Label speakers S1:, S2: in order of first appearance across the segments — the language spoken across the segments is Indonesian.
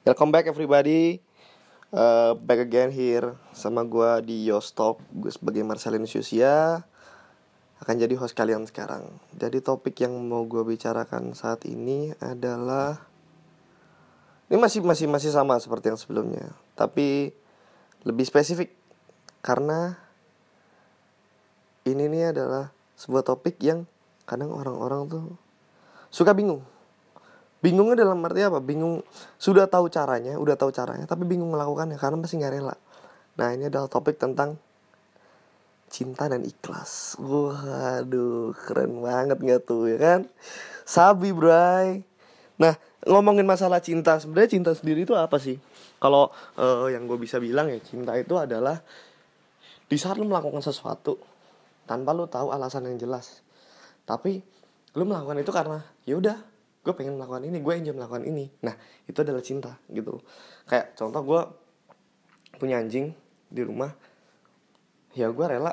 S1: Welcome back everybody. Back again here sama gue di Yostop. Gue sebagai Marcelinus Yusia akan jadi host kalian sekarang. Jadi topik yang mau gue bicarakan saat ini adalah, ini masih sama seperti yang sebelumnya, tapi lebih spesifik karena ini nih adalah sebuah topik yang kadang orang-orang tuh suka bingung. Bingungnya dalam arti apa? Bingung, udah tahu caranya, tapi bingung melakukannya karena masih nggak rela. Nah, ini adalah topik tentang cinta dan ikhlas. Waduh, keren banget nggak tuh, ya kan? Sabi, bray. Nah, ngomongin masalah cinta, sebenarnya cinta sendiri itu apa sih? Kalau yang gue bisa bilang ya, cinta itu adalah di saat lu melakukan sesuatu tanpa lu tahu alasan yang jelas, tapi lu melakukan itu karena ya udah, gue pengen melakukan ini, gue enjoy melakukan ini. Nah, itu adalah cinta gitu. Kayak contoh, gue punya anjing di rumah, ya gue rela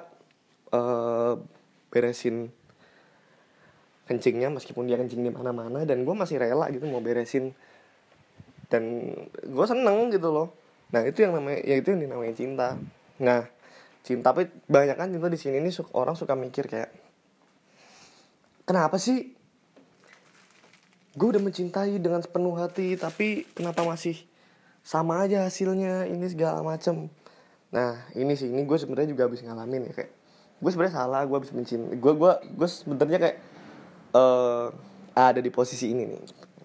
S1: beresin kencingnya meskipun dia kencing di mana-mana, dan gue masih rela gitu mau beresin, dan gue seneng gitu loh. Nah, itu yang namanya, ya itu yang dinamain cinta. Nah, cinta, tapi banyak kan cinta di sini nih orang suka mikir kayak, kenapa sih gue udah mencintai dengan sepenuh hati, tapi kenapa masih sama aja hasilnya, ini segala macem. Nah, ini gue sebenarnya juga habis ngalamin ya, kayak gue sebenarnya salah, gue habis mencintai, gue sebenarnya kayak ada di posisi ini nih.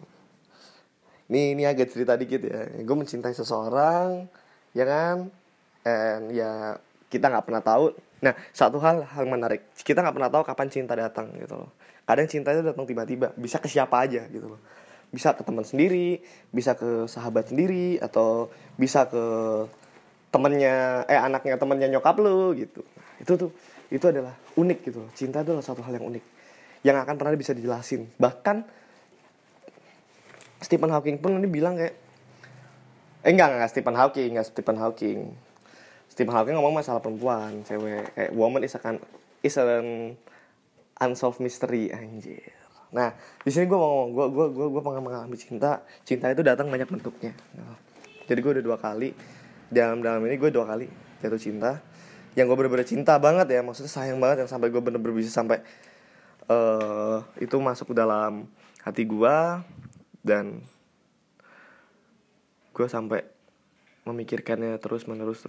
S1: Ini agak cerita dikit ya. Gue mencintai seseorang, ya kan, and ya kita nggak pernah tahu. Nah, satu hal menarik, kita nggak pernah tahu kapan cinta datang gitu loh. Kadang cinta itu datang tiba-tiba, bisa ke siapa aja gitu loh. Bisa ke teman sendiri, bisa ke sahabat sendiri, atau bisa ke anaknya temennya nyokap lu gitu. Itu adalah unik gitu loh. Cinta itu adalah satu hal yang unik, yang akan pernah bisa dijelasin. Bahkan Stephen Hawking pun ini bilang kayak, enggak Stephen Hawking ngomong masalah perempuan, cewek, kayak woman is an unsolved mystery, anjir. Nah, di sini gue mau ngomong, gue pernah mengalami cinta itu datang banyak bentuknya. Jadi gue udah 2 kali dalam ini, gue 2 kali jatuh cinta, yang gue bener-bener cinta banget ya, maksudnya sayang banget, yang sampai gue bener-bener bisa sampai itu masuk ke dalam hati gue, dan gue sampai memikirkannya terus menerus.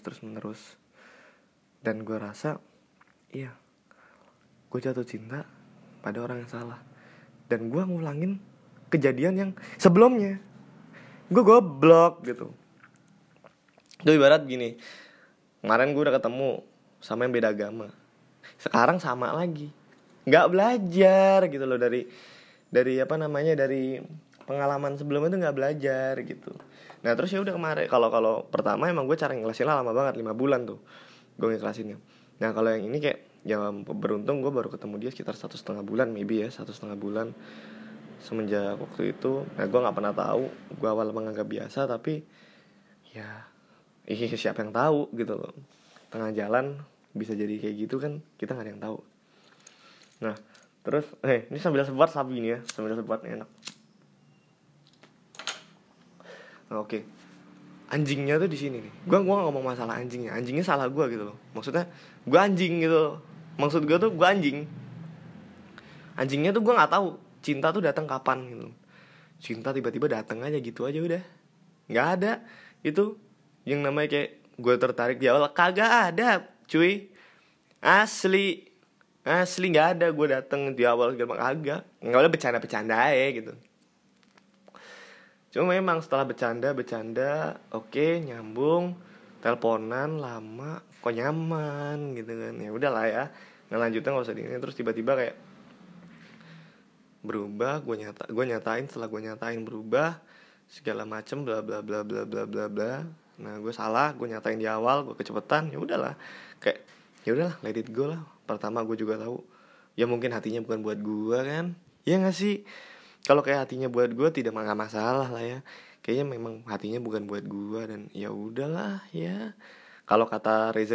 S1: Dan gue rasa, iya, gue jatuh cinta pada orang yang salah, dan gue ngulangin kejadian yang sebelumnya. Gue goblok gitu. Itu ibarat gini, kemarin gue udah ketemu sama yang beda agama, sekarang sama lagi, nggak belajar gitu loh dari pengalaman sebelumnya tuh nggak belajar gitu. Nah, terus ya udah kemarin, kalau pertama emang gue cara ngelasinnya lama banget, 5 bulan tuh gue ngelasinnya. Nah, kalau yang ini kayak, ya beruntung gue baru ketemu dia sekitar 1,5 bulan, maybe ya 1,5 bulan semenjak waktu itu. Nah, gue nggak pernah tahu, gue awal menganggap biasa, tapi ya siapa yang tahu gitu loh, tengah jalan bisa jadi kayak gitu kan, kita nggak ada yang tahu. Nah, terus ini sambil sebat sapi nih ya, sambil sebat enak. Nah, oke. Anjingnya tuh di sini nih. Gue ngomong masalah anjingnya. Anjingnya salah gue gitu loh. Maksudnya gue anjing gitu loh. Maksud gue tuh gue anjing. Anjingnya tuh gue nggak tahu cinta tuh datang kapan gitu. Cinta tiba-tiba datang aja gitu aja udah. Nggak ada itu yang namanya kayak gue tertarik di awal, kagak ada, cuy. Asli nggak ada. Gue datang di awal segala kagak. Nggak ada, bercanda aja gitu. Cuma memang setelah bercanda, oke, nyambung, teleponan lama, kok nyaman gitu kan. Ya udahlah ya, ngelanjutnya nggak usah ini. Terus tiba-tiba kayak berubah, gue nyatain, setelah gue nyatain berubah segala macem, bla bla bla bla bla bla bla. Nah, gue salah, gue nyatain di awal, gue kecepatan. Ya udahlah, kayak ya udahlah, let it go lah. Pertama gue juga tahu, ya mungkin hatinya bukan buat gue kan, ya nggak sih? Kalau kayak hatinya buat gue, tidak masalah lah ya. Kayaknya memang hatinya bukan buat gue, dan ya udahlah ya. Kalau kata Reza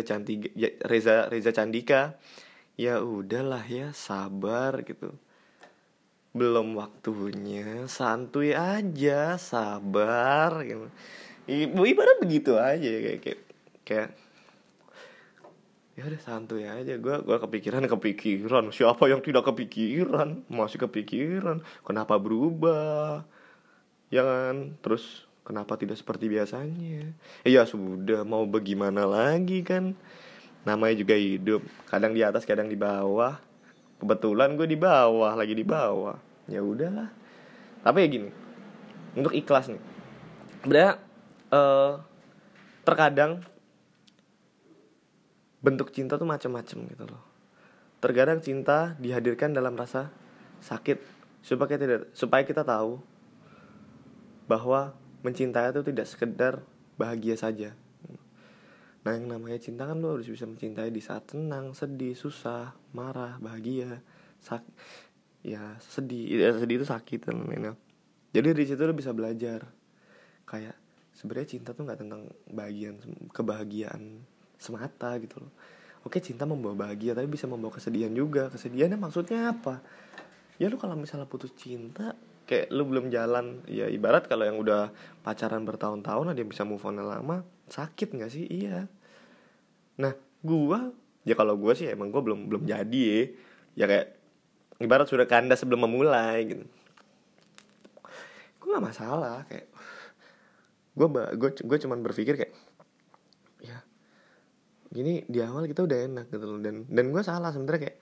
S1: Candika, ya udahlah ya, sabar gitu. belum waktunya, santuy aja, sabar gitu. Ibarat begitu aja, kayak ya udah santuy aja. Gua kepikiran, siapa yang tidak kepikiran, masih kepikiran, kenapa berubah, ya kan? Terus kenapa tidak seperti biasanya? Ya sudah, mau bagaimana lagi kan, namanya juga hidup, kadang di atas kadang di bawah. Kebetulan gue di bawah, lagi di bawah, ya udahlah. Tapi ya gini, untuk ikhlas nih, sebenarnya terkadang bentuk cinta tuh macam-macam gitu loh. Terkadang cinta dihadirkan dalam rasa sakit, supaya kita tahu bahwa mencintai itu tidak sekedar bahagia saja. Nah, yang namanya cinta kan lo harus bisa mencintai di saat senang, sedih, susah, marah, bahagia, sedih itu sakit kan. Jadi dari situ lo bisa belajar kayak sebenarnya cinta tuh nggak tentang kebahagiaan semata gitu loh. Oke, cinta membawa bahagia tapi bisa membawa kesedihan juga. Kesedihannya maksudnya apa? Ya lu kalau misalnya putus cinta, kayak lu belum jalan, ya ibarat kalau yang udah pacaran bertahun-tahun ada yang bisa move on lama, sakit nggak sih? Iya. Nah, kalau gua sih emang gua belum jadi ya. Ya kayak ibarat sudah kandas sebelum memulai gitu. Gua gak masalah, kayak gue cuman berpikir kayak ya gini, di awal kita udah enak gitu loh, dan gue salah sebenarnya, kayak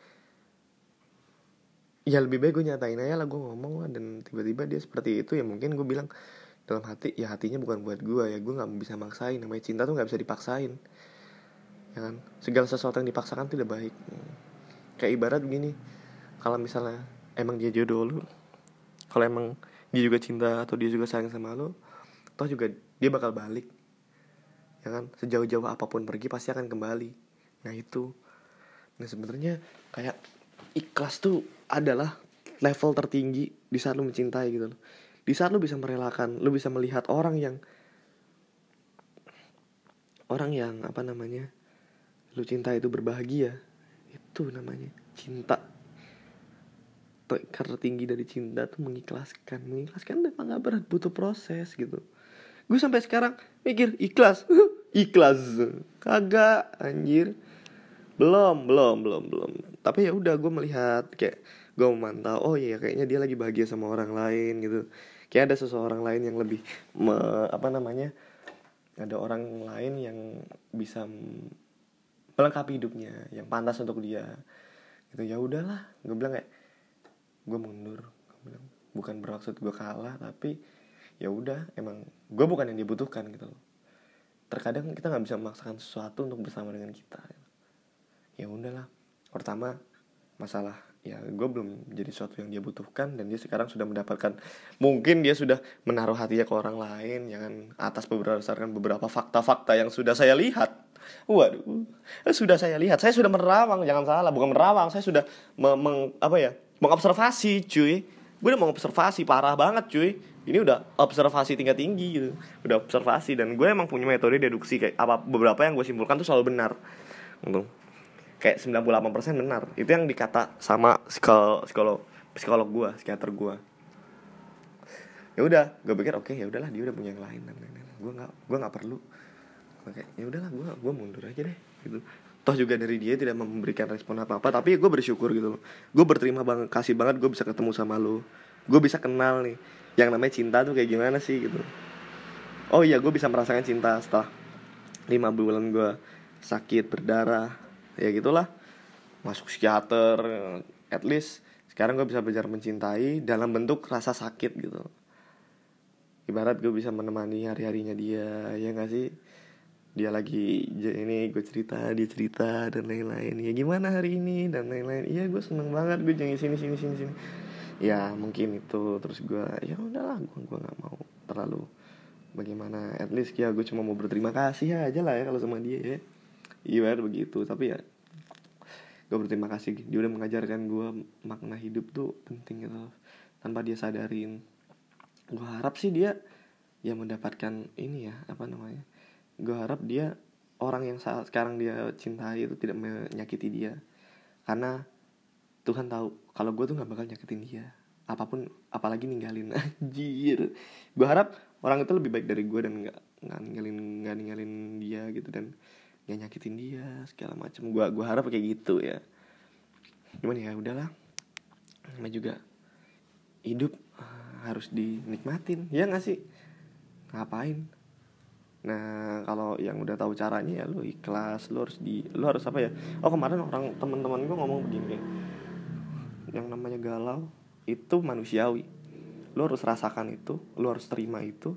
S1: ya lebih baik gue nyatain aja lah, gue ngomong lah, dan tiba-tiba dia seperti itu, ya mungkin gue bilang dalam hati, ya hatinya bukan buat gue, ya gue nggak bisa maksain, namanya cinta tuh nggak bisa dipaksain, ya kan? Segala sesuatu yang dipaksakan tidak baik. Kayak ibarat begini, kalau misalnya emang dia jodoh lu, kalau emang dia juga cinta atau dia juga sayang sama lu, toh juga dia bakal balik, ya kan? Sejauh-jauh apapun pergi pasti akan kembali. Nah itu, nah sebenarnya kayak ikhlas tuh adalah level tertinggi di saat lu mencintai gitu loh. Di saat lu bisa merelakan, lu bisa melihat orang yang apa namanya, lu cinta itu berbahagia, itu namanya cinta. Karena tinggi dari cinta tuh mengikhlaskan memang gak berat, butuh proses gitu. Gue sampai sekarang mikir ikhlas ikhlas kagak anjir, belum. Tapi ya udah, gue melihat, kayak gue memantau, oh iya kayaknya dia lagi bahagia sama orang lain gitu, kayak ada seseorang lain yang lebih ada orang lain yang bisa melengkapi hidupnya, yang pantas untuk dia gitu. Ya udahlah, gue bilang kayak gue mundur, gue bilang bukan bermaksud gue kalah, tapi ya udah, emang gue bukan yang dibutuhkan gitu loh. Terkadang kita nggak bisa memaksakan sesuatu untuk bersama dengan kita. Ya udahlah, pertama masalah ya gue belum jadi sesuatu yang dia butuhkan, dan dia sekarang sudah mendapatkan, mungkin dia sudah menaruh hatinya ke orang lain, ya kan, berdasarkan beberapa fakta-fakta yang sudah saya lihat. Waduh, sudah saya lihat, saya sudah menerawang, jangan salah, bukan menerawang, saya sudah mengobservasi, cuy. Gue udah mengobservasi parah banget, cuy. Ini udah observasi tingkat tinggi gitu, udah observasi, dan gue emang punya metode deduksi, kayak beberapa yang gue simpulkan tuh selalu benar gitu. Kayak 98% benar. Itu yang dikata sama psikolog gue, psikiater gue. Ya udah, gue pikir oke, ya udahlah, dia udah punya yang lain. Gue nggak perlu. Oke, ya udahlah, gue mundur aja deh gitu. Toh juga dari dia tidak memberikan respon apa-apa, tapi gue bersyukur gitu loh. Gue berterima kasih banget gue bisa ketemu sama lo. Gue bisa kenal nih yang namanya cinta tuh kayak gimana sih gitu. Oh iya, gue bisa merasakan cinta setelah 5 bulan gue sakit berdarah, ya gitulah, masuk psikiater. At least sekarang gue bisa belajar mencintai dalam bentuk rasa sakit gitu. Ibarat gue bisa menemani hari-harinya dia, ya gak sih? Dia lagi ini, gue cerita, dia cerita, dan lain-lain. Ya gimana hari ini, dan lain-lain. Iya, gue seneng banget, gue jangan sini. Ya mungkin itu. Terus gue, ya udahlah, gue nggak mau terlalu bagaimana. At least ya gue cuma mau berterima kasih aja lah ya kalau sama dia ya. Iya begitu. Tapi ya gue berterima kasih, dia udah mengajarkan gue makna hidup tuh penting gitu, tanpa dia sadarin. Gue harap sih dia ya mendapatkan ini ya, gue harap dia, orang yang saat sekarang dia cintai itu tidak menyakiti dia, karena Tuhan tahu kalau gue tuh nggak bakal nyakitin dia. apapun, apalagi ninggalin. Anjir, gue harap orang itu lebih baik dari gue dan nggak ninggalin dia gitu, dan nggak nyakitin dia segala macam. Gue harap kayak gitu ya. Cuman ya udahlah, namanya juga hidup harus dinikmatin, ya nggak sih? Ngapain? Nah, kalau yang udah tahu caranya ya lu ikhlas, lu harus apa ya? Oh, kemarin orang teman-teman gue ngomong begini, kayak yang namanya galau itu manusiawi. Lu harus rasakan itu, lu harus terima itu.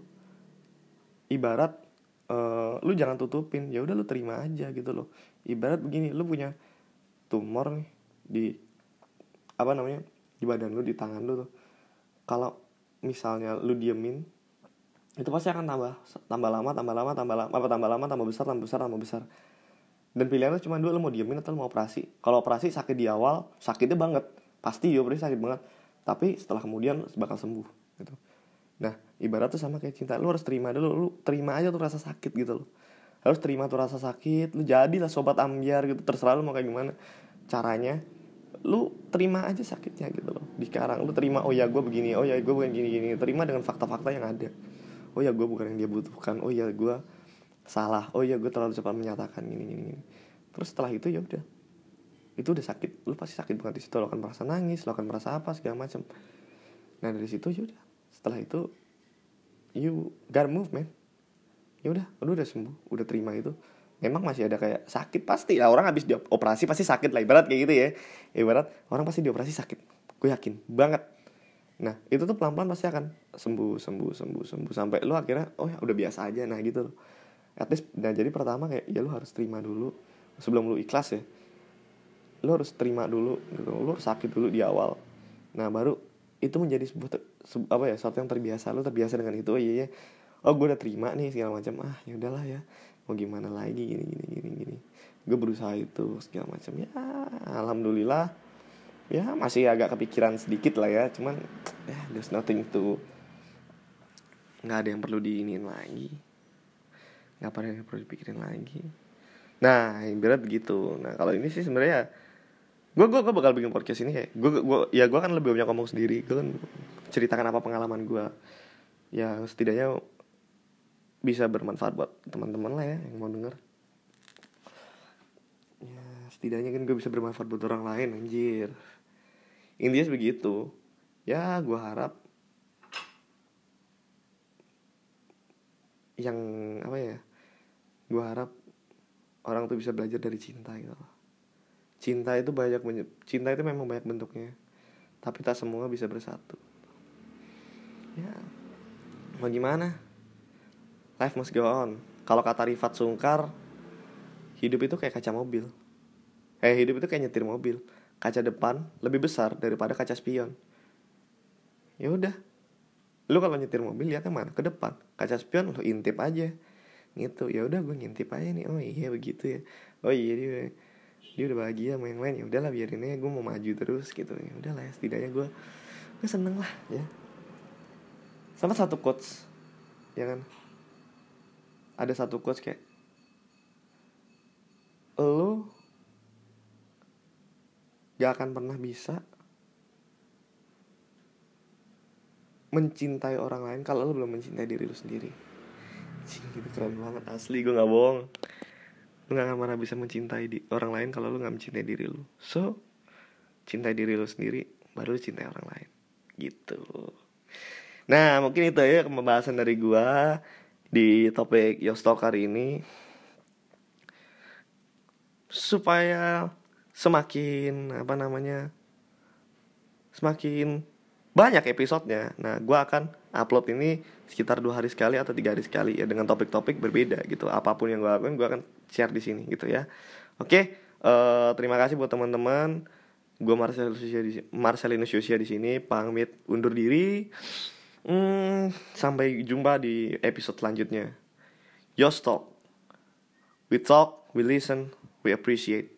S1: Ibarat lu jangan tutupin, ya udah lu terima aja gitu loh. Ibarat begini, lu punya tumor nih di apa namanya? Di badan lu, di tangan lu tuh. Kalau misalnya lu diemin, itu pasti akan tambah lama tambah besar. Dan pilihan lu cuma dua, lu mau diemin atau lu mau operasi. Kalau operasi sakit di awal, sakitnya banget, pasti di operasi sakit banget, tapi setelah kemudian bakal sembuh gitu. Nah, ibarat tuh sama kayak cinta, lu harus terima dulu, lu terima aja tuh rasa sakit gitu loh. Harus terima tuh rasa sakit, lu jadilah sobat ambyar gitu, terserah lu mau kayak gimana caranya. Lu terima aja sakitnya gitu loh. Di sekarang lu terima, oh ya gue begini, oh ya gue bukan gini, terima dengan fakta-fakta yang ada. Oh ya gue bukan yang dia butuhkan, oh ya gue salah, oh ya gue terlalu cepat menyatakan gini. Terus setelah itu ya udah, itu udah sakit, lu pasti sakit banget di situ, lu akan merasa nangis, lu akan merasa apa segala macam. Nah dari situ ya udah, setelah itu you gotta move man. Ya udah, lu udah sembuh, udah terima itu. Memang masih ada kayak sakit pasti lah, orang habis dioperasi pasti sakit lah, ibarat kayak gitu ya. Ibarat orang pasti dioperasi sakit, gue yakin banget. Nah itu tuh pelan-pelan pasti akan sembuh sampai lu akhirnya oh ya udah biasa aja. Nah gitu loh, at least. Nah jadi pertama kayak ya lu harus terima dulu sebelum lu ikhlas ya. Lu harus terima dulu gitu, lu harus sakit dulu di awal. Nah baru itu menjadi sesuatu yang terbiasa. Lu terbiasa dengan itu, oh iya, oh gue udah terima nih segala macam, ya udahlah ya, mau gimana lagi, gini. Gue berusaha itu segala macam ya, alhamdulillah ya, masih agak kepikiran sedikit lah ya, cuman there's nothing to, nggak ada yang perlu diinin lagi, nggak ada yang perlu dipikirin lagi. Nah ibarat begitu. Nah kalau ini sih sebenarnya gue bakal bikin podcast ini kayak gue kan lebih banyak ngomong sendiri, gue kan ceritakan apa pengalaman gue ya, setidaknya bisa bermanfaat buat teman-teman lah ya yang mau denger. Ya setidaknya kan gue bisa bermanfaat buat orang lain, anjir. Intinya begitu. Ya gue harap yang apa ya, gue harap orang tuh bisa belajar dari cinta gitu. Cinta itu memang banyak bentuknya, tapi tak semua bisa bersatu. Ya mau gimana, life must go on. Kalau kata Rifat Sungkar, hidup itu kayak kaca mobil. Hidup itu kayak nyetir mobil. Kaca depan lebih besar daripada kaca spion. Ya udah, lu kalau nyetir mobil lihatnya mana? Ke depan. Kaca spion lu intip aja. Gitu. Ya udah gue ngintip aja nih. Oh iya begitu ya. Oh iya dia udah bahagia sama yang lain. Ya udahlah biarin aja, gue mau maju terus gitu. Ya udahlah ya, setidaknya gue seneng lah ya. Sama satu quotes, ya kan? Ada satu quotes kayak, lu gak akan pernah bisa mencintai orang lain kalau lu belum mencintai diri lu sendiri. Gitu keren banget, asli gue gak bohong. Lu gak akan pernah bisa mencintai orang lain kalau lu gak mencintai diri lu. So cintai diri lu sendiri, baru lu cintai orang lain. Gitu. Nah mungkin itu ya pembahasan dari gue di topik Yostalk hari ini, supaya semakin banyak episodenya. Nah gue akan upload ini sekitar 2 hari sekali atau 3 hari sekali ya, dengan topik-topik berbeda gitu. Apapun yang gue lakuin gue akan share di sini gitu ya. Oke, terima kasih buat teman-teman. Gue Marcelinus Yosia di sini pamit undur diri. Sampai jumpa di episode selanjutnya. Yostalk, we talk, we listen, we appreciate.